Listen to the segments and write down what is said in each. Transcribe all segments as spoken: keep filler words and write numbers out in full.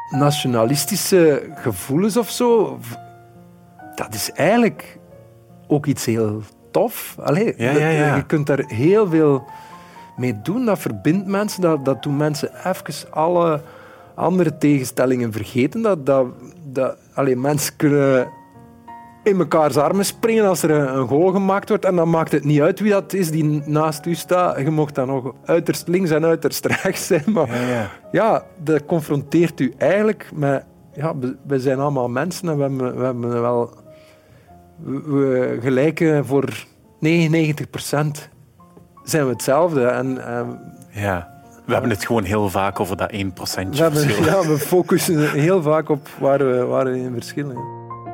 nationalistische gevoelens of zo, dat is eigenlijk ook iets heel tof. Allee, ja, ja, ja. Je kunt daar heel veel mee doen. Dat verbindt mensen. Dat, dat doen mensen even alle andere tegenstellingen vergeten. Dat, dat, dat, allee, mensen kunnen in mekaars armen springen als er een, een goal gemaakt wordt. En dan maakt het niet uit wie dat is die naast u staat. Je mocht dan nog uiterst links en uiterst rechts zijn. Maar ja, ja. ja, dat confronteert u eigenlijk met... Ja, we zijn allemaal mensen en we hebben, we hebben wel... We, we gelijken voor negenennegentig procent zijn we hetzelfde. En, en, ja. We hebben het gewoon heel vaak over dat één procent we verschil. Ja, we focussen heel vaak op waar we, waar we in verschillen.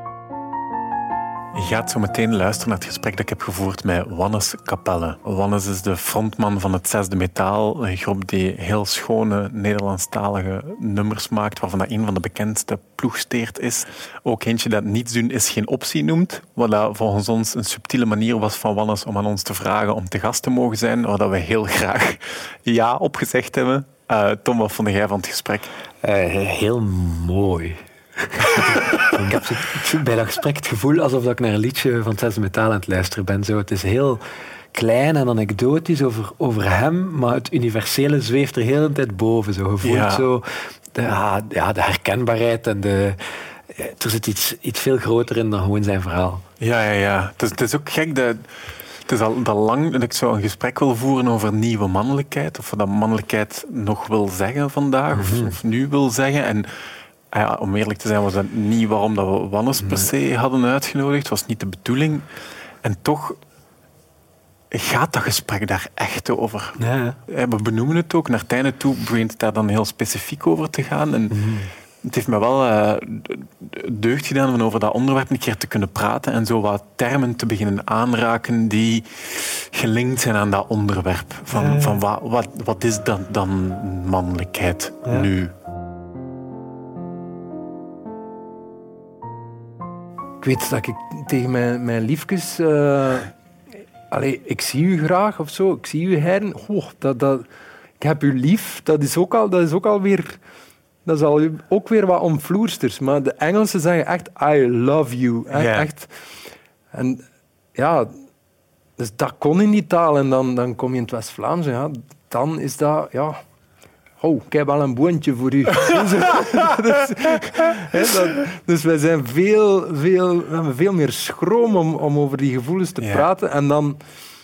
Je gaat zo meteen luisteren naar het gesprek dat ik heb gevoerd met Wannes Capelle. Wannes is de frontman van het Zesde Metaal, een groep die heel schone Nederlandstalige nummers maakt, waarvan dat een van de bekendste Ploegsteert is. Ook eentje dat niets doen is geen optie noemt, wat dat volgens ons een subtiele manier was van Wannes om aan ons te vragen om te gast te mogen zijn, waar dat we heel graag ja op gezegd hebben. Uh, Tom, wat vond jij van het gesprek? Uh, heel mooi. Ik heb zo, bij dat gesprek het gevoel alsof ik naar een liedje van het Zesde Metaal aan het luisteren ben. Zo, het is heel klein en anekdotisch over, over hem, maar het universele zweeft er heel de tijd boven. Zo. Je voelt ja. zo de, ja, de herkenbaarheid en de... Er zit iets, iets veel groter in dan gewoon zijn verhaal. Ja, ja, ja. Het is, het is ook gek dat... Het is al, al lang dat ik zo een gesprek wil voeren over nieuwe mannelijkheid, of wat dat mannelijkheid nog wil zeggen vandaag, mm-hmm. of, of nu wil zeggen. En ja, om eerlijk te zijn was dat niet waarom dat we Wannes per se hadden uitgenodigd. Het was niet de bedoeling. En toch gaat dat gesprek daar echt over. Ja. We benoemen het ook. Naar het einde toe begint het daar dan heel specifiek over te gaan. En mm. het heeft me wel uh, deugd gedaan om over dat onderwerp een keer te kunnen praten en zo wat termen te beginnen aanraken die gelinkt zijn aan dat onderwerp. Van, ja. van wat, wat, wat is dan, dan mannelijkheid ja. nu? Ik weet dat ik tegen mijn, mijn liefjes... Uh, allee, ik zie u graag of zo. Ik zie u heren. Oh, dat, dat, ik heb u lief. Dat is ook al, dat is ook alweer... Dat is al ook weer wat omvloersters. Maar de Engelsen zeggen echt I love you. Echt. Yeah. echt. En ja... Dus dat kon in die taal. En dan, dan kom je in het West-Vlaams. Ja, dan is dat... Ja... Oh, ik heb wel een boontje voor u. dus, dat, dus wij zijn veel, veel, we hebben veel meer schroom om, om over die gevoelens te ja. praten. En dan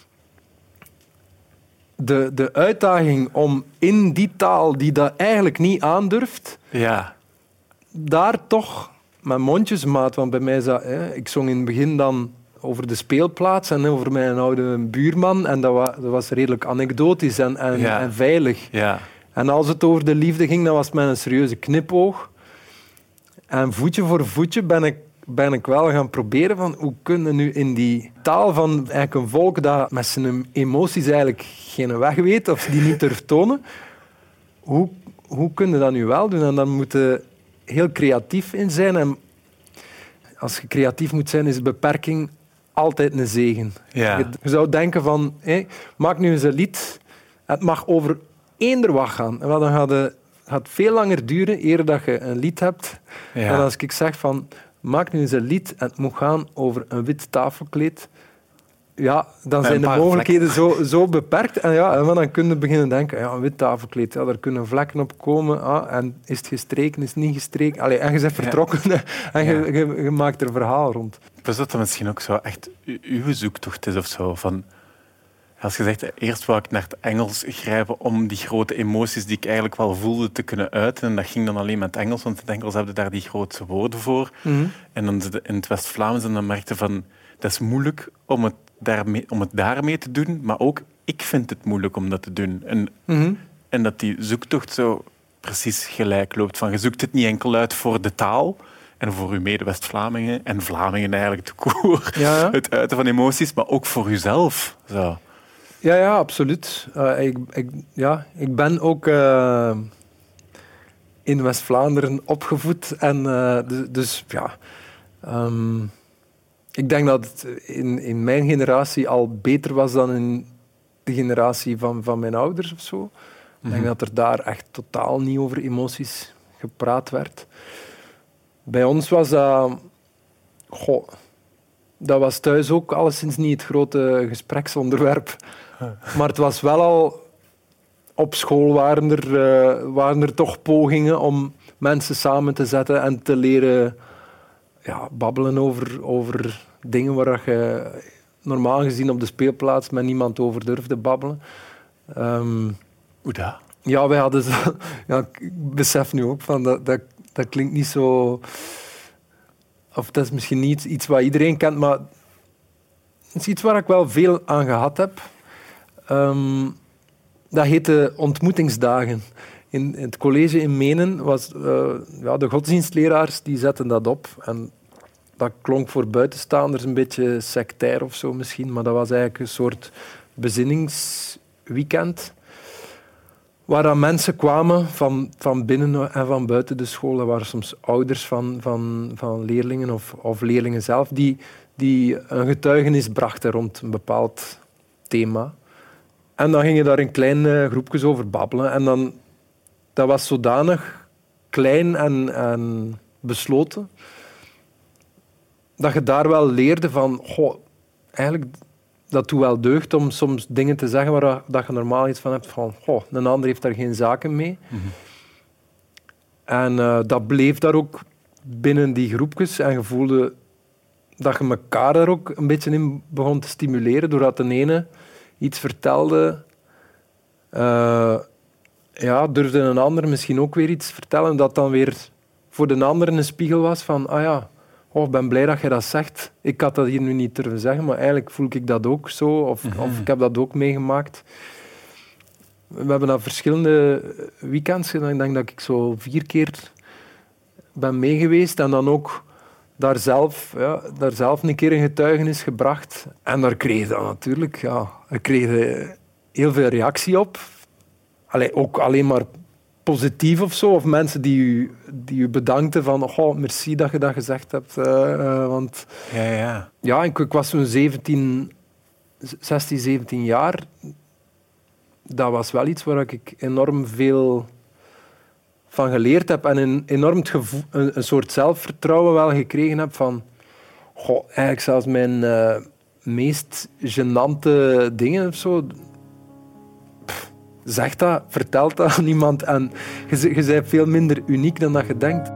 de, de uitdaging om in die taal die dat eigenlijk niet aandurft, ja. daar toch met mondjesmaat. Want bij mij is dat... Hè, ik zong in het begin dan over de speelplaats en over mijn oude buurman. En dat was, dat was redelijk anekdotisch en, en, ja. en veilig. Ja. En als het over de liefde ging, dan was het met een serieuze knipoog. En voetje voor voetje ben ik, ben ik wel gaan proberen van hoe kunnen nu in die taal van eigenlijk een volk dat met zijn emoties eigenlijk geen weg weet of die niet durft tonen, hoe, hoe kun je dat nu wel doen? En dan moet je heel creatief in zijn. En als je creatief moet zijn, is beperking altijd een zegen. Ja. Je, je zou denken van, hé, maak nu eens een lied. Het mag over eender wat gaan. En dan gaat het gaat veel langer duren eer dat je een lied hebt. Ja. En als ik zeg van, maak nu eens een lied en het moet gaan over een wit tafelkleed, ja, dan zijn de mogelijkheden zo, zo beperkt. En, ja, en dan kun je beginnen denken, ja, een wit tafelkleed, ja, daar kunnen vlekken op komen. Ah, en is het gestreken, is het niet gestreken? Allee, en je bent vertrokken ja. en je, ja. je, je maakt er een verhaal rond. Dus dat dat misschien ook zo echt uw zoektocht is of zo, van... Als je zegt, eerst wou ik naar het Engels grijpen om die grote emoties die ik eigenlijk wel voelde te kunnen uiten. En dat ging dan alleen met het Engels, want in het Engels hebben daar die grootste woorden voor. Mm-hmm. En dan in het West-Vlaams en dan merkte van, dat is moeilijk om het, daarmee, om het daarmee te doen, maar ook ik vind het moeilijk om dat te doen. En, mm-hmm. en dat die zoektocht zo precies gelijk loopt. Van, je zoekt het niet enkel uit voor de taal en voor uw mede-West-Vlamingen en Vlamingen eigenlijk te koer. Ja. Het uiten van emoties, maar ook voor uzelf. Zo. Ja, ja, absoluut. Uh, ik, ik, ja, ik ben ook uh, in West-Vlaanderen opgevoed. En, uh, dus, dus ja... Um, ik denk dat het in, in mijn generatie al beter was dan in de generatie van, van mijn ouders of zo. Mm-hmm. Ik denk dat er daar echt totaal niet over emoties gepraat werd. Bij ons was dat... Goh, dat was thuis ook alleszins niet het grote gespreksonderwerp. Maar het was wel al... Op school waren er, uh, waren er toch pogingen om mensen samen te zetten en te leren ja, babbelen over, over dingen waar je normaal gezien op de speelplaats met niemand over durfde babbelen. Um, Hoe dat? Ja, wij hadden zo... Ja, ik besef nu ook van dat, dat, dat klinkt niet zo... Of dat is misschien niet iets wat iedereen kent, maar het is iets waar ik wel veel aan gehad heb. Um, dat heette ontmoetingsdagen. In, in het college in Menen was uh, ja, de godsdienstleraars die zetten dat op. En dat klonk voor buitenstaanders een beetje sectair of zo misschien, maar dat was eigenlijk een soort bezinningsweekend waar dan mensen kwamen van, van binnen en van buiten de school. Dat waren soms ouders van, van, van leerlingen of, of leerlingen zelf die, die een getuigenis brachten rond een bepaald thema. En dan ging je daar in kleine groepjes over babbelen. En dan, dat was zodanig klein en, en besloten dat je daar wel leerde van... Goh, eigenlijk, dat doet wel deugd om soms dingen te zeggen waar dat je normaal iets van hebt van... Goh, een ander heeft daar geen zaken mee. Mm-hmm. En uh, dat bleef daar ook binnen die groepjes. En je voelde dat je elkaar daar ook een beetje in begon te stimuleren, doordat de ene iets vertelde, uh, ja, durfde een ander misschien ook weer iets vertellen dat dan weer voor de ander een spiegel was van, ah ja, oh, ik ben blij dat je dat zegt. Ik had dat hier nu niet durven zeggen, maar eigenlijk voel ik dat ook zo, of, mm-hmm. of ik heb dat ook meegemaakt. We hebben dat verschillende weekends gedaan. Ik denk dat ik zo vier keer ben meegeweest en dan ook daar zelf, ja, daar zelf een keer een getuigenis gebracht. En daar kreeg je dan natuurlijk ja, ik kreeg heel veel reactie op. Allee, ook alleen maar positief of zo. Of mensen die u, die u bedankten van oh, merci dat je dat gezegd hebt. Uh, uh, want, ja, ja. Ja, ik, ik was zo'n zeventien, zestien, zeventien jaar. Dat was wel iets waar ik enorm veel van geleerd heb en een enorm het gevoel, een, een soort zelfvertrouwen wel gekregen heb van goh, eigenlijk zelfs mijn uh, meest gênante dingen of zo. Pff, zeg dat, vertel dat aan iemand en je, je bent veel minder uniek dan dat je denkt.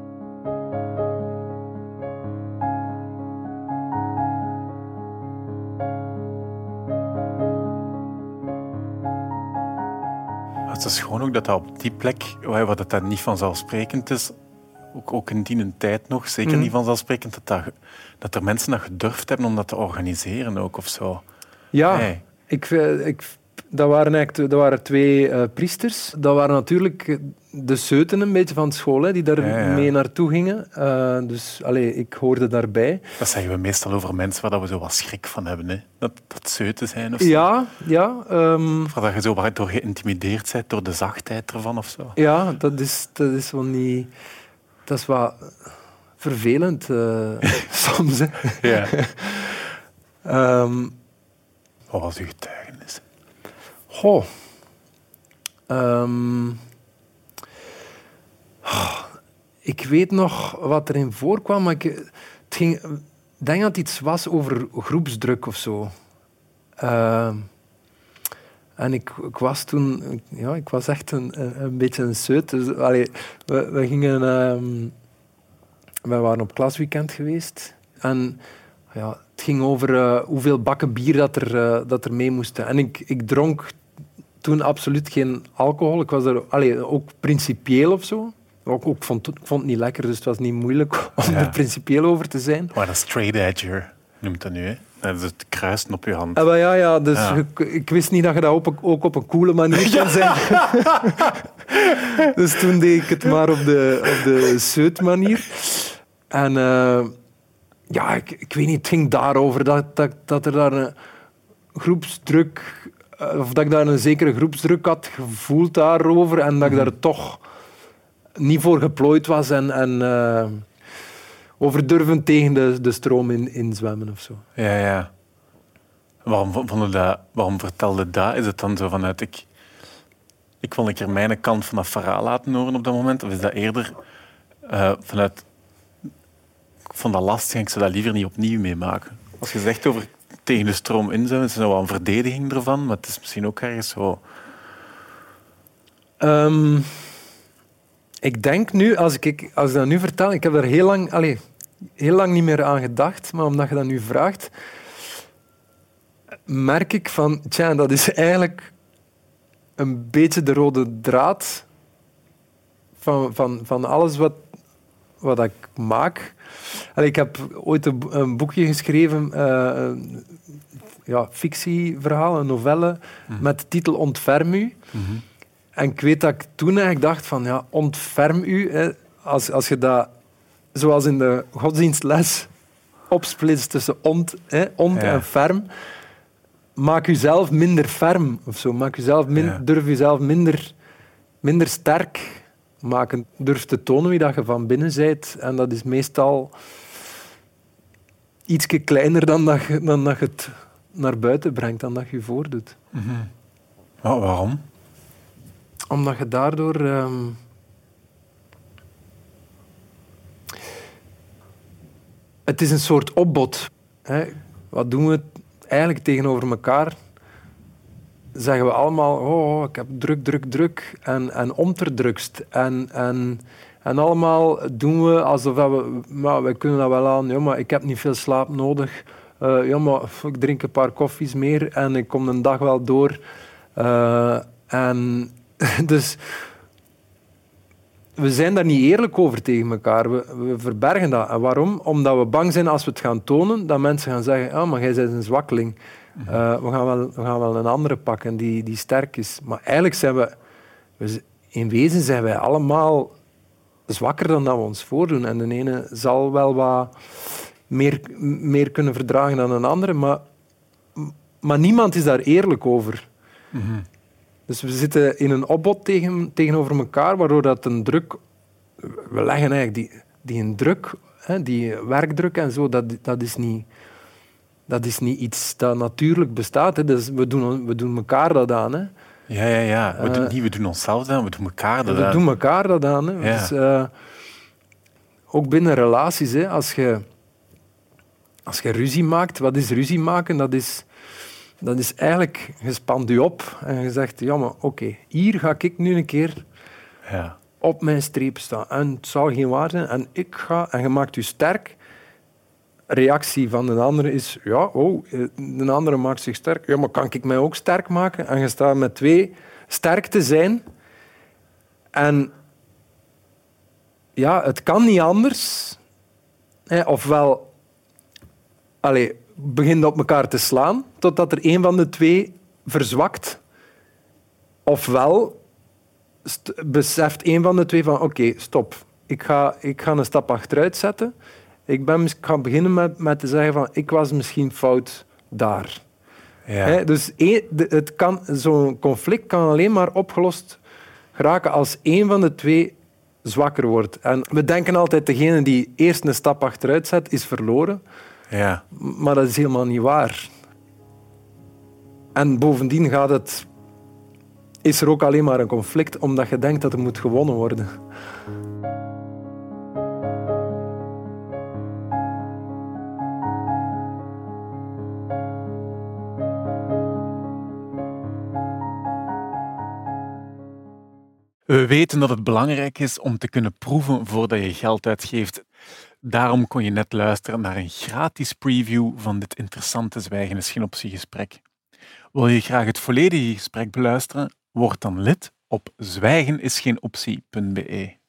Het is gewoon ook dat dat op die plek, waar dat, dat niet vanzelfsprekend is, ook, ook in die tijd nog, zeker mm. niet vanzelfsprekend, dat, dat, dat er mensen dat gedurfd hebben om dat te organiseren ook, of zo. Ja, hey. ik, ik, dat waren eigenlijk dat waren twee uh, priesters. Dat waren natuurlijk de zeuten een beetje van school, hè, die daar ja, ja. mee naartoe gingen. Uh, dus allee, ik hoorde daarbij. Dat zeggen we meestal over mensen waar we zo wat schrik van hebben, hè? Dat, dat zeuten zijn of zo. Ja, ja. Um... Of dat je zo door geïntimideerd bent door de zachtheid ervan of zo. Ja, dat is, dat is wel niet... Dat is wat vervelend uh, soms, hè. Ja. um... Wat was uw getuigenis? Goh. Um... Oh, ik weet nog wat erin voorkwam, maar ik, het ging, ik denk dat het iets was over groepsdruk of zo. Uh, en ik, ik was toen... Ja, ik was echt een, een, een beetje een zeut. Dus, allee, we, we gingen... Um, we waren op klasweekend geweest. En ja, het ging over uh, hoeveel bakken bier dat er, uh, dat er mee moesten. En ik, ik dronk toen absoluut geen alcohol. Ik was er allee, ook principieel of zo. Ook, ook vond, ik vond het niet lekker, dus het was niet moeilijk om ja. er principieel over te zijn. Maar een straight edger noemt dat nu, hè? Dat is het kruisen op je hand. Ah, ja, ja, dus ja. Ik, ik wist niet dat je dat op, ook op een coole manier kon zeggen. Dus toen deed ik het maar op de, op de zeut-manier. En uh, ja, ik, ik weet niet, het ging daarover dat, dat, dat er daar een groepsdruk... Of dat ik daar een zekere groepsdruk had gevoeld daarover en dat ik daar toch niet voor geplooid was en, en uh, over durven tegen de, de stroom in, in zwemmen of zo. Ja, ja. Waarom, vond dat, waarom vertelde dat? Is het dan zo vanuit ik... ik wil een keer mijn kant van dat verhaal laten horen op dat moment? Of is dat eerder uh, vanuit... Ik vond dat lastig en ik zou dat liever niet opnieuw meemaken. Als je zegt over tegen de stroom in zijn, is er wel een verdediging ervan, maar het is misschien ook ergens zo... Um, ik denk nu, als ik, als ik dat nu vertel, ik heb er heel lang, allez, heel lang niet meer aan gedacht, maar omdat je dat nu vraagt, merk ik van, tja, dat is eigenlijk een beetje de rode draad van, van, van alles wat, wat ik maak. Allee, ik heb ooit een, een boekje geschreven, uh, ja, fictieverhaal, een novelle, mm. met de titel Ontferm u. Mm-hmm. En ik weet dat ik toen eigenlijk dacht van, ja, ontferm u. Hè, als, als je dat, zoals in de godsdienstles, opsplitst tussen ont, hè, ont ja. en ferm, maak jezelf minder ferm of zo. Maak jezelf min, ja. Durf jezelf minder, minder sterk maken. Durf te tonen wie dat je van binnen bent. En dat is meestal ietsje kleiner dan dat je, dan dat je het naar buiten brengt, dan dat je je voordoet. Mm-hmm. Oh, waarom? Omdat je daardoor... Um, het is een soort opbod. Hè. Wat doen we eigenlijk tegenover elkaar? Zeggen we allemaal, oh, ik heb druk, druk, druk. En, en onterdrukst. En, en, en allemaal doen we alsof we... Nou, wij kunnen dat wel aan. Ja, maar ik heb niet veel slaap nodig. Uh, ja, maar ik drink een paar koffies meer en ik kom een dag wel door. Uh, en... Dus we zijn daar niet eerlijk over tegen elkaar. We, we verbergen dat. En waarom? Omdat we bang zijn als we het gaan tonen, dat mensen gaan zeggen, ah, maar jij bent een zwakkeling. Uh, we, gaan wel, we gaan wel een andere pakken die, die sterk is. Maar eigenlijk zijn we, we... In wezen zijn wij allemaal zwakker dan dat we ons voordoen. En de ene zal wel wat meer, meer kunnen verdragen dan een andere, maar, maar niemand is daar eerlijk over. Mm-hmm. Dus we zitten in een opbod tegen, tegenover elkaar, waardoor dat een druk... We leggen eigenlijk die, die een druk, hè, die werkdruk en zo, dat, dat, is niet, dat is niet iets dat natuurlijk bestaat. Hè. Dus we, doen, we doen elkaar dat aan. Hè. Ja, ja, ja. We, uh, doen, niet, we doen onszelf dat aan, we doen elkaar dat we aan. We doen elkaar dat aan. Hè. Ja. Dus, uh, ook binnen relaties, hè, als je, als je ruzie maakt, wat is ruzie maken? Dat is... Dat is eigenlijk, je spant je op en je zegt, ja, maar oké, okay, hier ga ik nu een keer ja. op mijn streep staan. En het zal geen waar zijn. En ik ga, en je maakt je sterk. Reactie van de andere is, ja, oh, de andere maakt zich sterk. Ja, maar kan ik mij ook sterk maken? En je staat met twee sterk te zijn. En ja, het kan niet anders. Hè, ofwel, allez, begint op elkaar te slaan, totdat er een van de twee verzwakt. Ofwel st- beseft een van de twee van, oké, okay, stop. Ik ga, ik ga een stap achteruit zetten. Ik, ben, ik ga beginnen met, met te zeggen van, ik was misschien fout daar. Ja. He, dus een, de, het kan, zo'n conflict kan alleen maar opgelost geraken als een van de twee zwakker wordt. En we denken altijd, degene die eerst een stap achteruit zet, is verloren. Ja. Maar dat is helemaal niet waar. En bovendien gaat het, is er ook alleen maar een conflict omdat je denkt dat er moet gewonnen worden. We weten dat het belangrijk is om te kunnen proeven voordat je geld uitgeeft. Daarom kon je net luisteren naar een gratis preview van dit interessante Zwijgen is geen optie gesprek. Wil je graag het volledige gesprek beluisteren? Word dan lid op zwijgen is geen optie punt be.